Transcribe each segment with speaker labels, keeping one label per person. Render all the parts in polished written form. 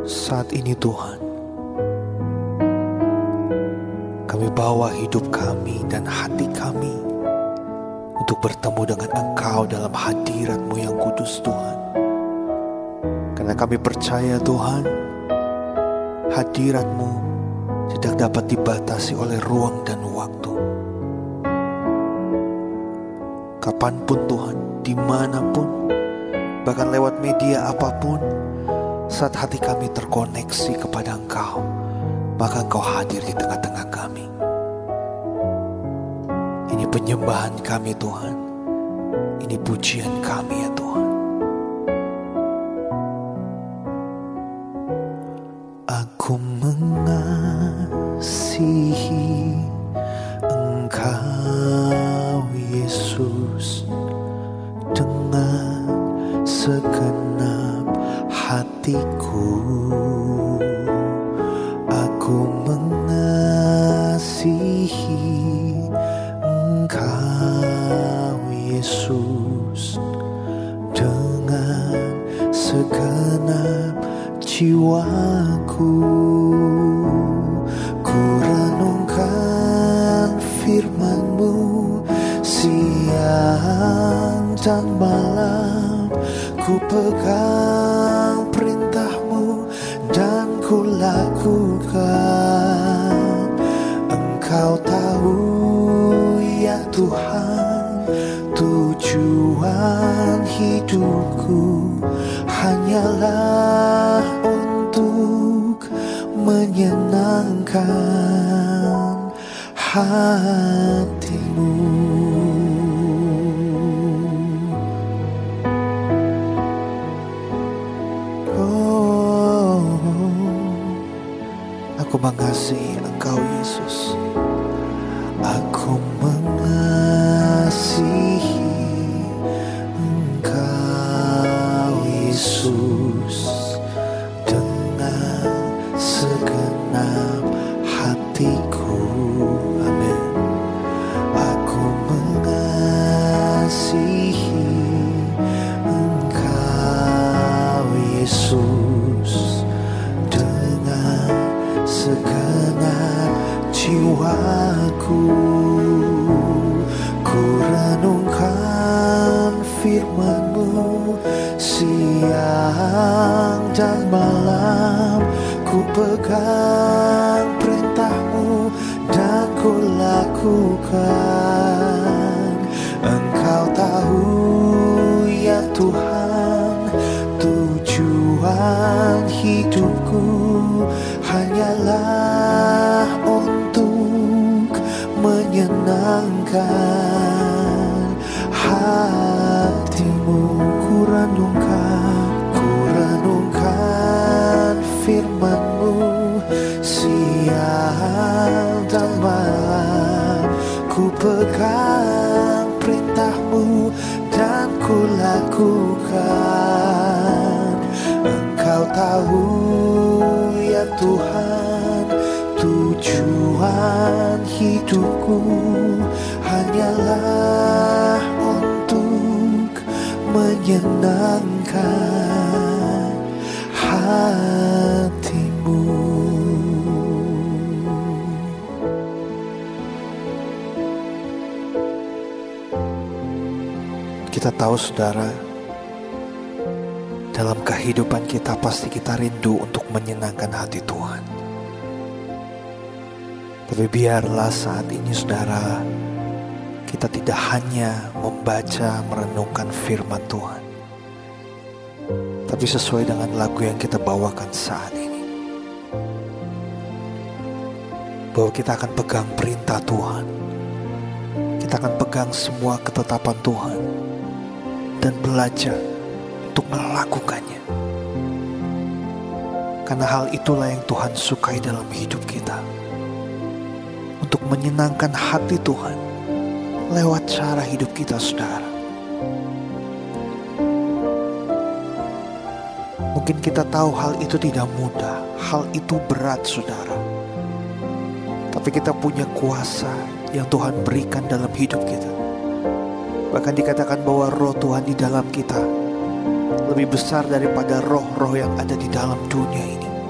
Speaker 1: Saat ini Tuhan, kami bawa hidup kami dan hati kami untuk bertemu dengan Engkau dalam hadirat-Mu yang kudus Tuhan. Karena kami percaya Tuhan, hadirat-Mu tidak dapat dibatasi oleh ruang dan waktu. Kapanpun Tuhan, dimanapun, bahkan lewat media apapun, saat hati kami terkoneksi kepada Engkau, maka Engkau hadir di tengah-tengah kami. Ini penyembahan kami Tuhan, ini pujian kami ya Tuhan. Aku mengasihi Engkau Yesus dengan segenap hatiku. Aku mengasihi Engkau Yesus dengan segenap jiwaku. Ku renungkan firman-Mu siang dan malam, ku pegang perintah-Mu dan ku lakukan. Engkau tahu ya Tuhan, tujuan hidupku hanyalah untuk menyenangkan hati-Mu. Aku mengasihi Engkau Yesus. Aku mengasihi Engkau Yesus dengan segenap hatiku. Amin. Aku mengasihi Engkau Yesus dengan segenap jiwaku. Ku renungkan firman-Mu siang dan malam, ku pegang perintah-Mu dan ku lakukan. Engkau tahu ya Tuhan, tujuan hidupku hanyalah untuk menyenangkan hati-Mu. Ku renungkan firman-Mu siang dan malam, ku pegang perintah-Mu dan ku lakukan. Engkau tahu ya Tuhan, tujuan hidupku hanyalah untuk menyenangkan hati-Mu. Kita tahu saudara, dalam kehidupan kita pasti kita rindu untuk menyenangkan hati Tuhan. Tapi biarlah saat ini saudara, kita tidak hanya membaca, merenungkan firman Tuhan, tapi sesuai dengan lagu yang kita bawakan saat ini, bahwa kita akan pegang perintah Tuhan, kita akan pegang semua ketetapan Tuhan dan belajar untuk melakukannya. Karena hal itulah yang Tuhan sukai dalam hidup kita, untuk menyenangkan hati Tuhan lewat cara hidup kita saudara. Mungkin kita tahu hal itu tidak mudah, hal itu berat saudara, tapi kita punya kuasa yang Tuhan berikan dalam hidup kita. Bahkan dikatakan bahwa roh Tuhan di dalam kita lebih besar daripada roh-roh yang ada di dalam dunia ini.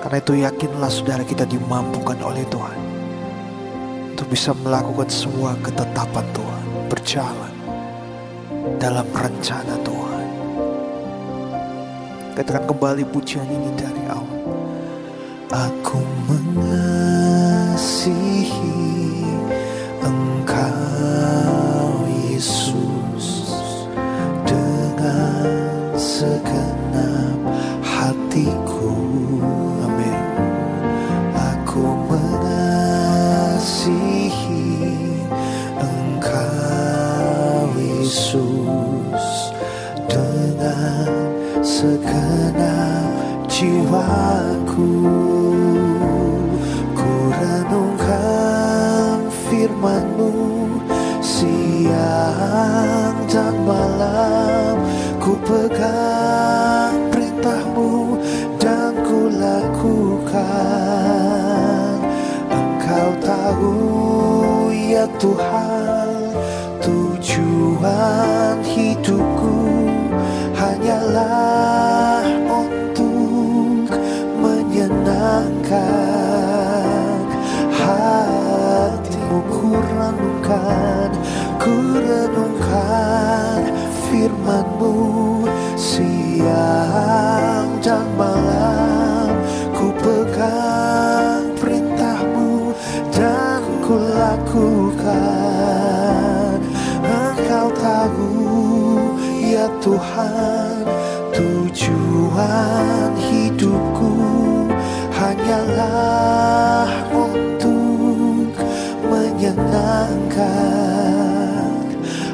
Speaker 1: Karena itu yakinlah saudara, kita dimampukan oleh Tuhan untuk bisa melakukan semua ketetapan Tuhan, berjalan dalam rencana Tuhan. Katakan kembali pujian ini dari awal. Aku mengasihi Engkau Yesus dengan segenap hatiku. Amin. Aku mengasihi Engkau Yesus dengan segenap jiwaku. Ku renungkan firman-Mu siang dan malam. Ku pegang perintah-Mu dan ku lakukan. Engkau tahu ya Tuhan, tujuan hidupku hanyalah untuk menyenangkan hati-Mu. Ku renungkan firman-Mu siang dan malam. Ku pegang perintah-Mu dan ku lakukan. Engkau tahu ya Tuhan, tujuan hidupku hanyalah untuk menyenangkan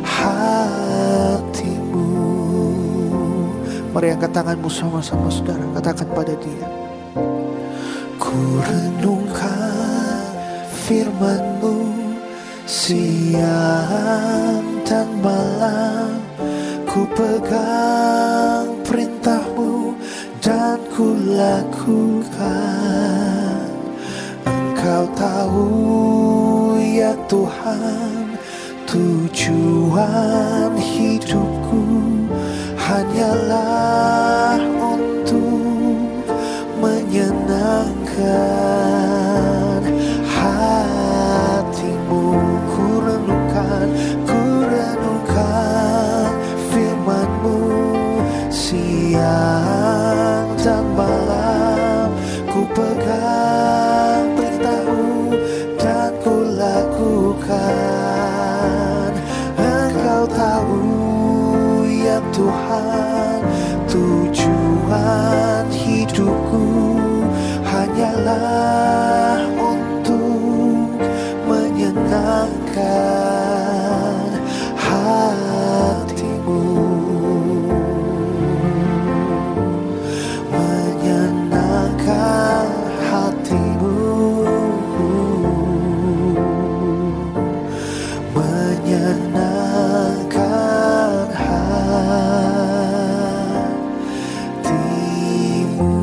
Speaker 1: hati-Mu. Mari angkat tanganmu sama-sama saudara, katakan pada Dia. Ku renungkan firman-Mu siang dan malam. Ku pegang perintah-Mu dan ku lakukan. Engkau tahu ya Tuhan, tujuan hidupku hanyalah untuk menyenangkan hati-Mu. Ku renungkan firman-Mu siang dan malam. Ku pegang perintah-Mu dan ku lakukan. Engkau tahu ya Tuhan, tujuan hidupku hanyalah untuk menyenangkan hati-Mu. Menyenangkan hati-Mu, menyenangkan hati-Mu.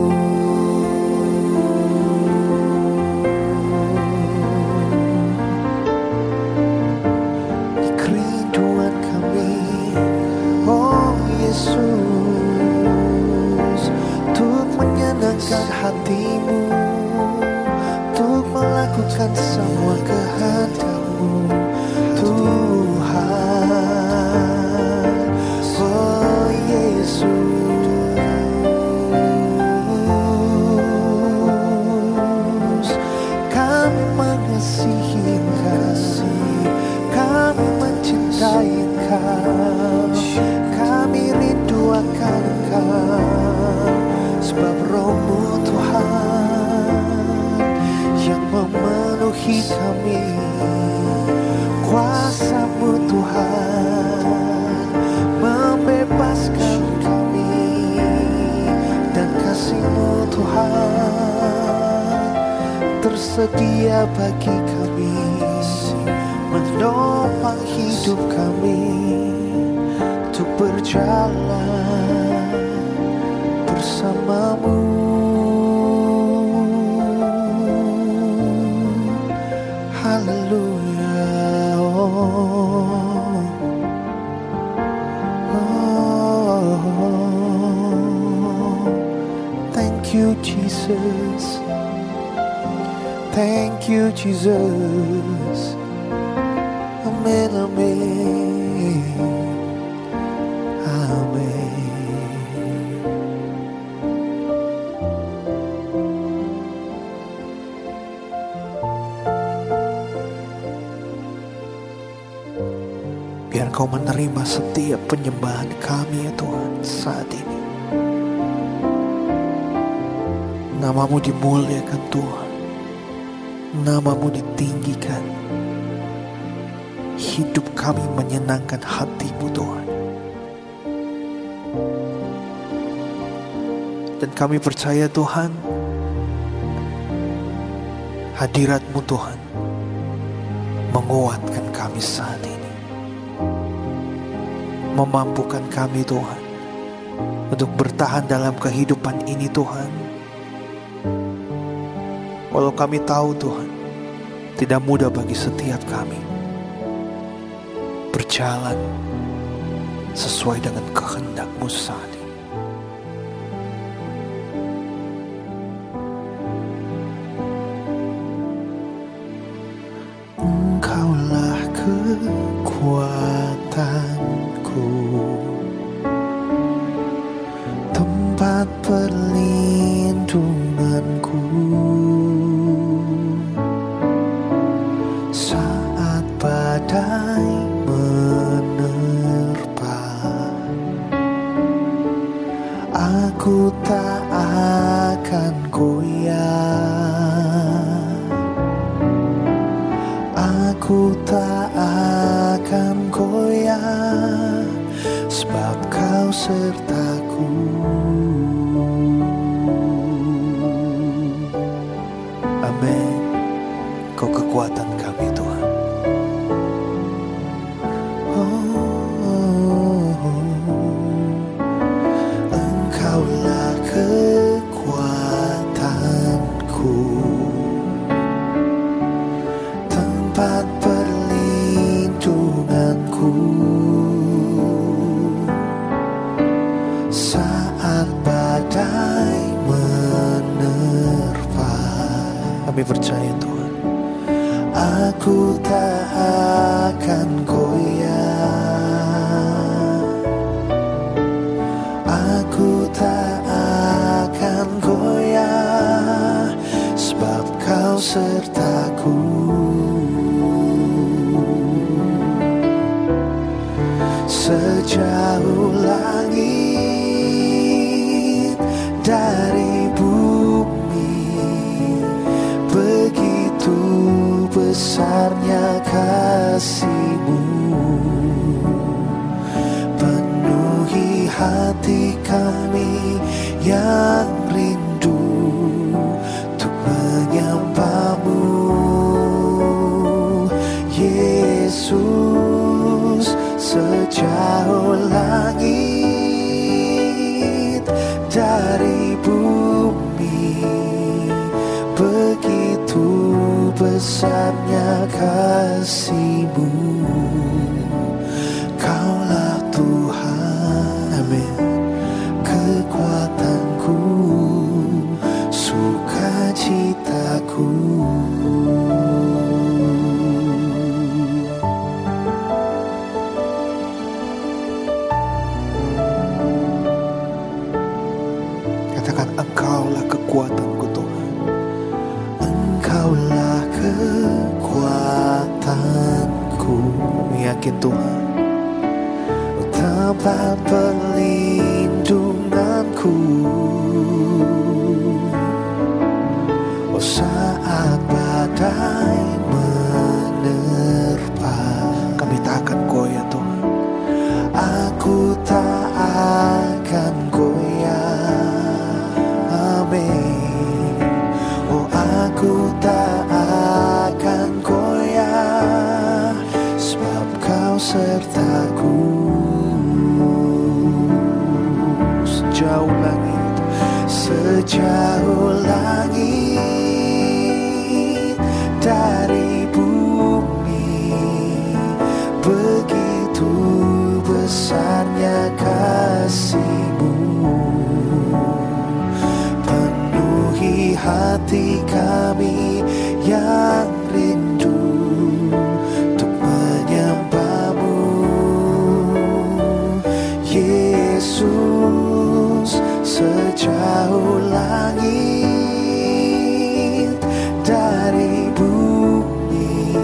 Speaker 1: Kerinduan kami, oh Yesus, untuk menyenangkan hati-Mu, untuk melakukan semua kehendak-Mu, Tuhan. Oh Yesus, kami mengasihi Engkau, kami mencintai Engkau, kami rindu akan Engkau, sebab Roh-Mu Tuhan yang memenuhi kami. Kuasa-Mu Tuhan membebaskan kami, dan kasih-Mu Tuhan tersedia bagi kami, menopang hidup kami untuk berjalan bersama-Mu. Haleluya. Thank Thank you Jesus. Thank you Jesus. Amen, amen, amen. Biar Kau menerima setiap penyembahan kami ya Tuhan saat ini. Namamu dimuliakan Tuhan. Namamu ditinggikan. Hidup kami menyenangkan hati-Mu Tuhan. Dan kami percaya Tuhan, hadirat-Mu Tuhan menguatkan kami saat ini. Memampukan kami Tuhan untuk bertahan dalam kehidupan ini Tuhan. Walau kami tahu Tuhan, tidak mudah bagi setiap kami berjalan sesuai dengan kehendak-Mu saat ini. Engkaulah kekuatanku, tempat perlindunganku. Saat badai menerpa, aku tak akan goyah. Aku tak akan goyah, sebab Kau sertaku. Amin. Kau kekuatan kami Tuhan. Engkaulah kekuatanku, tempat perlindunganku. Saat badai menerpa, kami percaya Tuhan, aku tak akan goyah. Aku tak akan goyah, sebab Kau sertaku. Sejauh langit dari bumi, begitu besarnya kasih-Mu. Penuhi hati kami yang rindu untuk menyembah-Mu, Yesus. Sejauh langit dari bumi, begitu besarnya kasih-Mu. Kaulah Tuhan, amin, kekuatanku, sukacitaku. Katakan, Engkaulah kekuatanku Tuhan. Engkaulah kekuatanku. Yakin Tuhan, tempat perlindunganku. Oh, saat badai menerpa, kami tak akan goyah Tuhan. Aku tak akan goyah. Amin. Oh, aku tak akan goyah, sebab Kau sertaku. Sejauh langit, sejauh langit dari bumi, begitu besarnya kasih-Mu. hati kami yang rindu untuk menyembah-Mu. Yesus, sejauh langit dari bumi,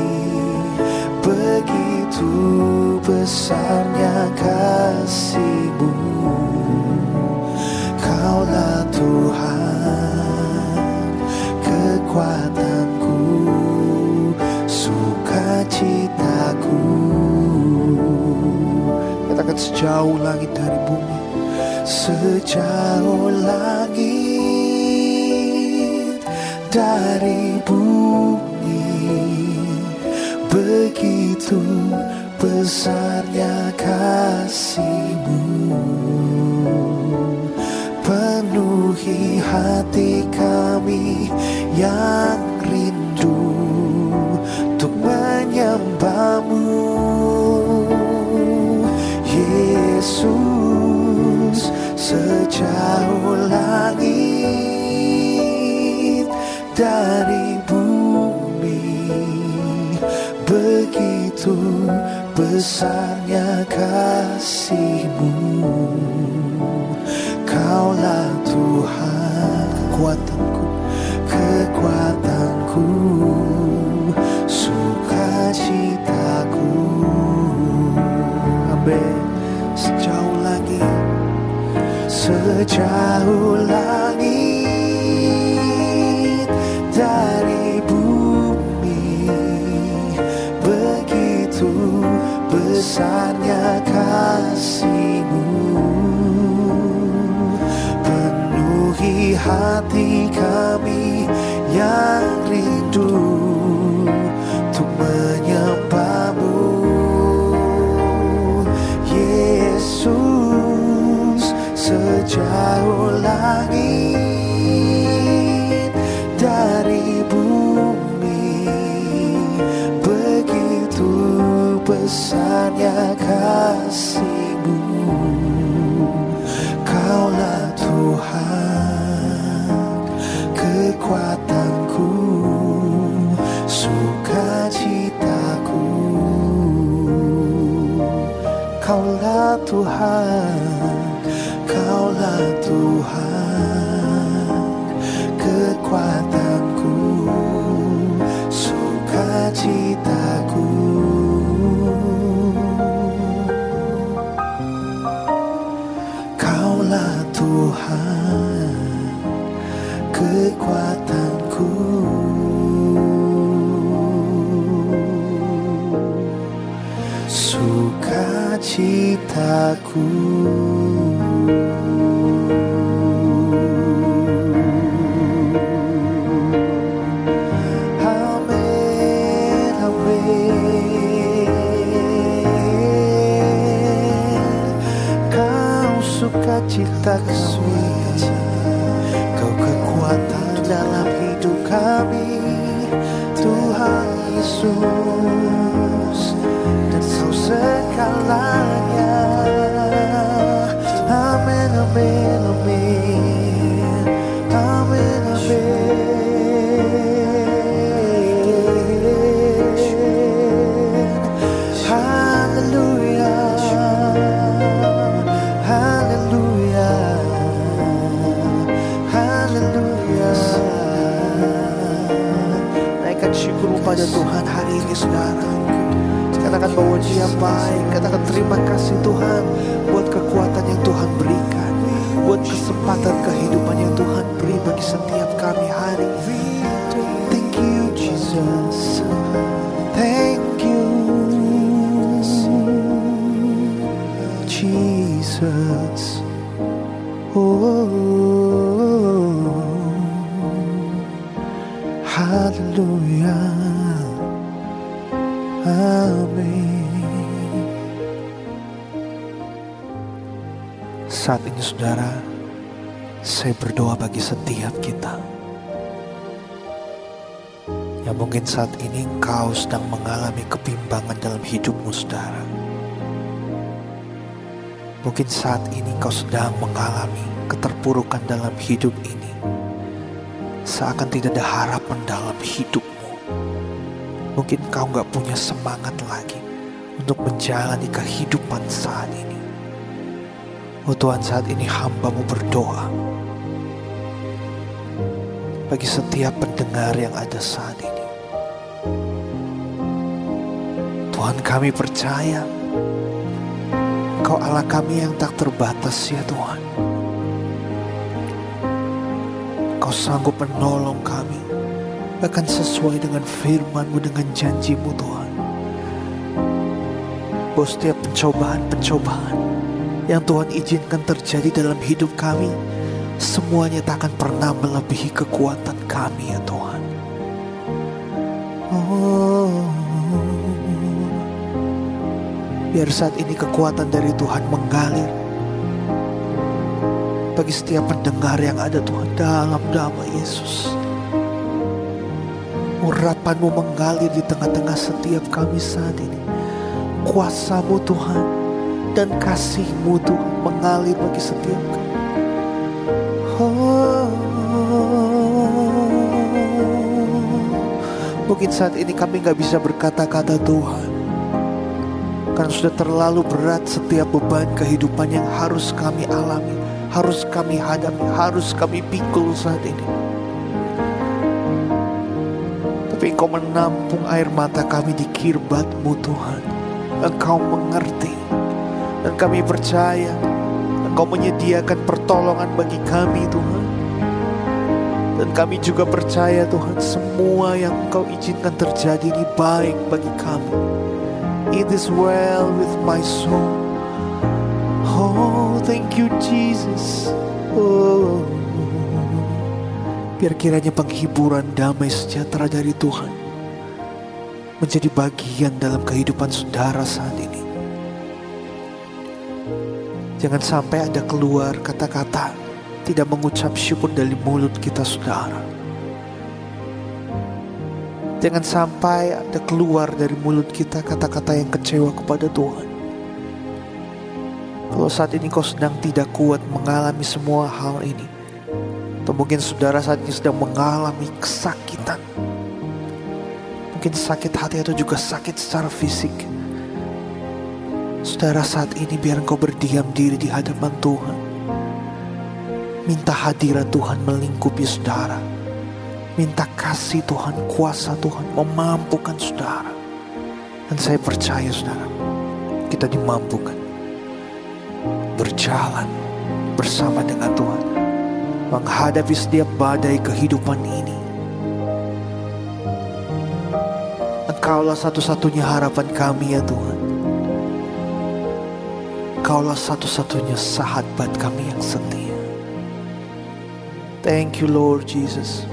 Speaker 1: begitu besarnya kasih-Mu. Kaulah Tuhan, kekuatanku, sukacitaku. Katakan sejauh langit dari bumi, sejauh langit dari bumi, begitu besarnya kasih-Mu. Penuhi hati kami yang rindu untuk menyembah-Mu. Yesus, sejauh langit dari bumi, begitu besarnya kasih-Mu. Kaulah Tuhan, kekuatanku, kekuatanku, sukacitaku. Amin. Sejauh langit, sejauh langit dari bumi, begitu besarnya kasih-Mu. Penuhi hati kami yang rindu untuk menyembah-Mu. Yesus, sejauh langit dari bumi, begitu besarnya kasih-Mu. Kaulah Tuhan, kekuatanku, sukacitaku. Kaulah Tuhan, Kaulah Tuhan, kekuatanku, sukacitaku. Kaulah Tuhan, kekuatanku, sukacitaku. Amin, amin. Kau sukacita kami, Kau kekuatan dalam hidup kami, Tuhan Yesus, dan Kau segalanya. Amin, amin, amin. Amin, amin. Haleluya, haleluya, haleluya. Naikkan syukur pada Tuhan hari ini, saudara. Katakan bahwa Dia baik. Katakan terima kasih Tuhan buat kekuatan yang Tuhan berikan, buat kesempatan kehidupan yang Tuhan beri bagi setiap kami hari ini. Thank you Jesus, thank you Jesus. Oh, hallelujah. Amin. Saat ini saudara, saya berdoa bagi setiap kita yang mungkin saat ini engkau sedang mengalami kebimbangan dalam hidupmu, saudara. Mungkin saat ini engkau sedang mengalami keterpurukan dalam hidup ini. seakan tidak ada harapan dalam hidupmu. Mungkin kau gak punya semangat lagi untuk menjalani kehidupan saat ini. Oh Tuhan, saat ini hamba-Mu berdoa bagi setiap pendengar yang ada saat ini. Tuhan, kami percaya Engkau Allah kami yang tak terbatas ya Tuhan. Engkau sanggup menolong kami, bahkan sesuai dengan firman-Mu, dengan janji-Mu Tuhan. Bahwa setiap pencobaan-pencobaan yang Tuhan izinkan terjadi dalam hidup kami, semuanya tak akan pernah melebihi kekuatan kami ya Tuhan. Biar saat ini kekuatan dari Tuhan mengalir bagi setiap pendengar yang ada Tuhan, dalam nama Yesus. Urapan-Mu mengalir di tengah-tengah setiap kami saat ini. Kuasa-Mu Tuhan dan kasih-Mu Tuhan mengalir bagi setiap kami. Mungkin saat ini kami gak bisa berkata-kata Tuhan, karena sudah terlalu berat setiap beban kehidupan yang harus kami alami, harus kami hadapi, harus kami pikul saat ini. Tapi Engkau menampung air mata kami di kirbat-Mu Tuhan. Engkau mengerti, dan kami percaya Engkau menyediakan pertolongan bagi kami Tuhan. Dan kami juga percaya Tuhan, semua yang Engkau izinkan terjadi ini baik bagi kami. It is well with my soul. Oh, thank you Jesus. Oh, biar kiranya penghiburan, damai sejahtera dari Tuhan menjadi bagian dalam kehidupan saudara saat ini. Jangan sampai ada keluar kata-kata tidak mengucap syukur dari mulut kita saudara. Jangan sampai ada keluar dari mulut kita kata-kata yang kecewa kepada Tuhan. Kalau saat ini kau sedang tidak kuat mengalami semua hal ini, atau mungkin saudara saat ini sedang mengalami kesakitan, mungkin sakit hati atau juga sakit secara fisik, saudara saat ini biar engkau berdiam diri di hadapan Tuhan. Minta hadirat Tuhan melingkupi saudara. Minta kasih Tuhan, kuasa Tuhan memampukan saudara. Dan saya percaya saudara, kita dimampukan berjalan bersama dengan Tuhan, menghadapi setiap badai kehidupan ini. Engkaulah satu-satunya harapan kami ya Tuhan. Engkaulah satu-satunya sahabat kami yang setia. Thank you Lord Jesus.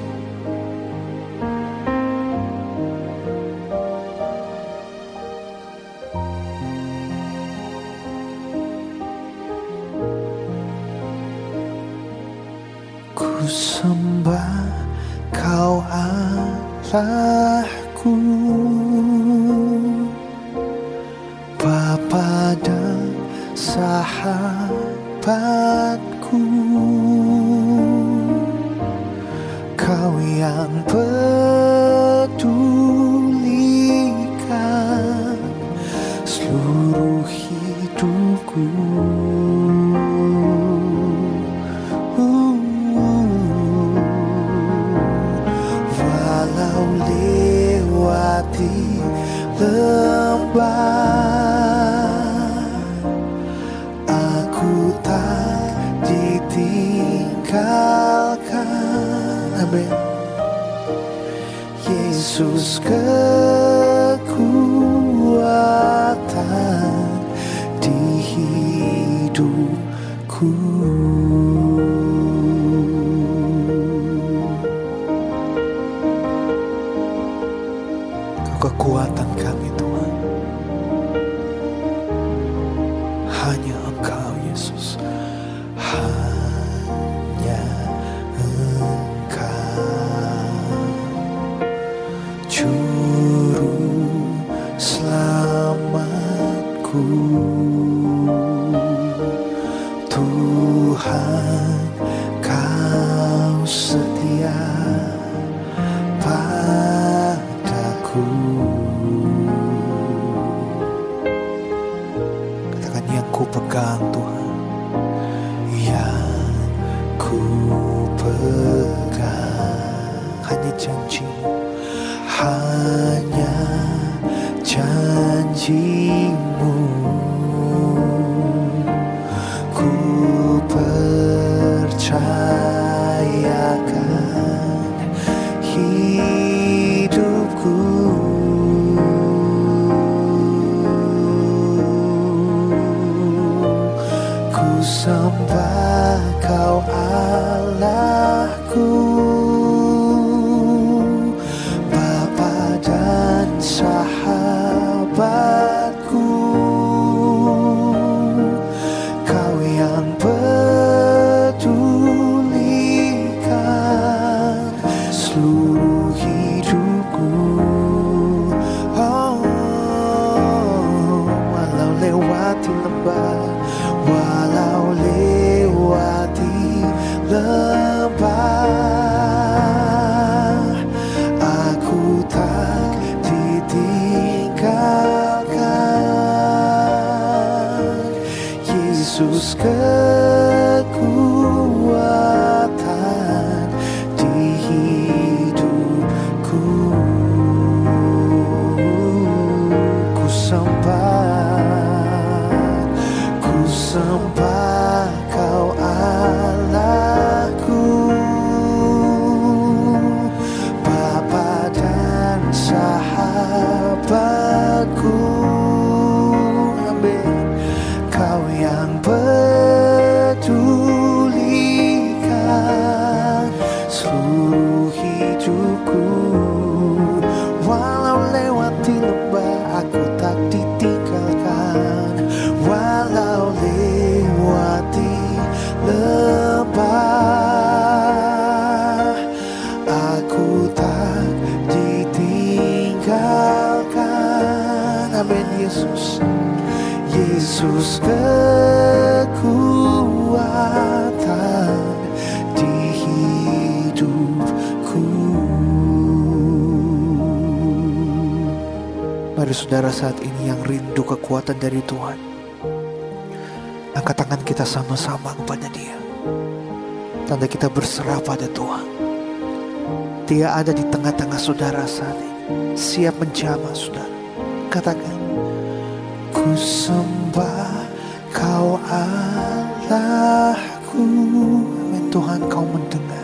Speaker 1: Ku sembah Kau Allahku, Bapa dan sahabatku. Kau yang pedulikan seluruh hidupku. Walau lewati lembah, aku tak ditinggalkan. Amin. Yesus kekuatan di hidupku. Kau kekuatan kami Tuhan. Hanya Engkau Yesus. Hanya Engkau Juru selamatku, Tuhan pegang hanya janji-Mu, hanya janji-Mu. Ku percayakan hidupku. Ku sembah Kau Allahku, Bapa dan sahabatku. Kau yang pedulikan seluruh hidupku. Oh, walau lewati lembah, walau lewati lembah, aku tak ditinggalkan. Yesus kekuatan di hidupku. Ku sembah Kau Allahku, Bapa dan sahabatku. Amin. Kau yang pedulikan seluruh hidupku. Walau lewati lembah, aku tak ditinggalkan. Walau lewati lembah, aku tak ditinggalkan. Amin. Yesus, Yesus kekuatan di hidupku. Mari saudara saat ini yang rindu kekuatan dari Tuhan, angkat tangan kita sama-sama kepada Dia. Tanda kita berserah pada Tuhan. Dia ada di tengah-tengah saudara saat ini, siap menjamah saudara. Katakan, ku sembah Kau Allahku. Amin. Tuhan, Kau mendengar.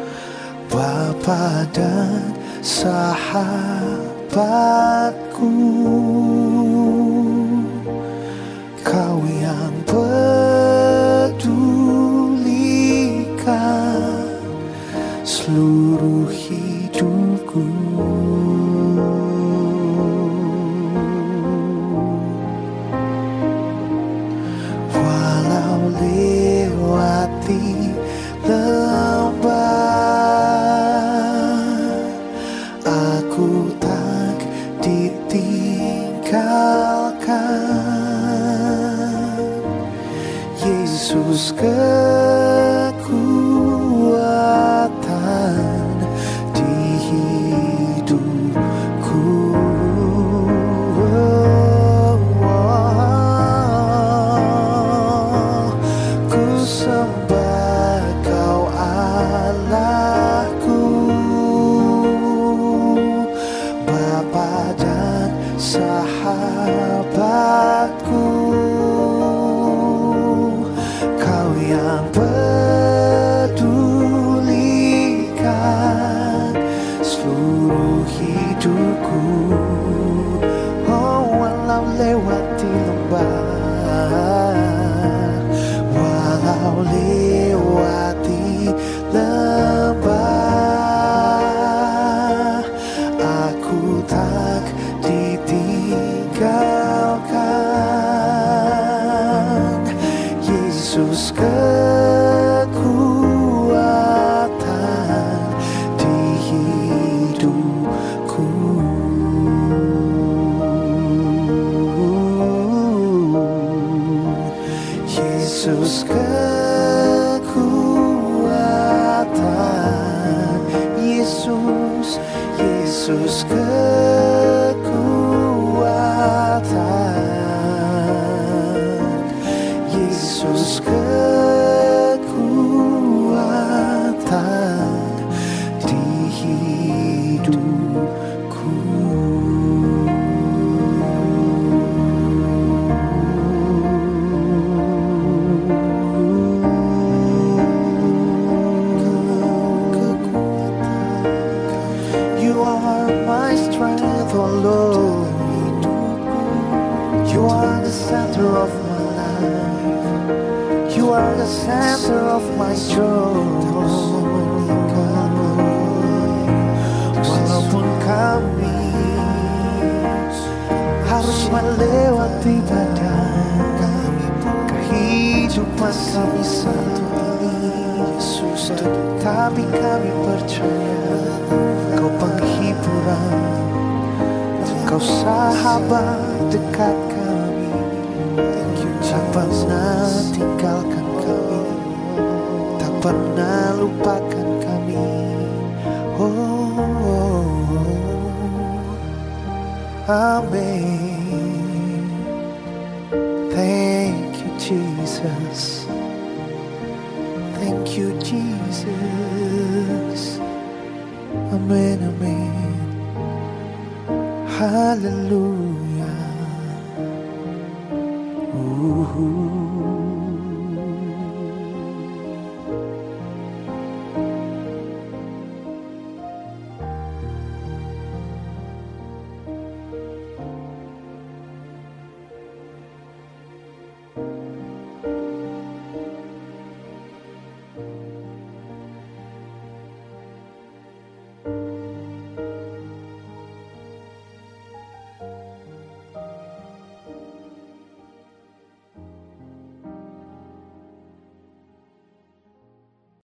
Speaker 1: Bapa dan sahabatku, Kau yang pedulikan seluruh hidupku. Walau lewati lembah, aku tak ditinggalkan. Yesus kekuatan di hidupku. Ku sembah Kau Allahku, Bapa dan sahabatku. Kau yang pedulikan seluruh hidupku. Oh, walau lewati lembah, walau lewati lembah, aku tak ditinggalkan. Yesus kekuatan di hidupku. Yesus kekuatan. Yesus, Yesus kekuatan. Yesus kekuatan. melewati badai, kehidupan kami satu Yesus, tapi kami percaya Kau penghiburan, Kau sahabat dekat kami, tak pernah tinggalkan kami, tak pernah lupakan kami. Amen. Thank you, Jesus. Thank you, Jesus. Amen, amen. Hallelujah. Ooh.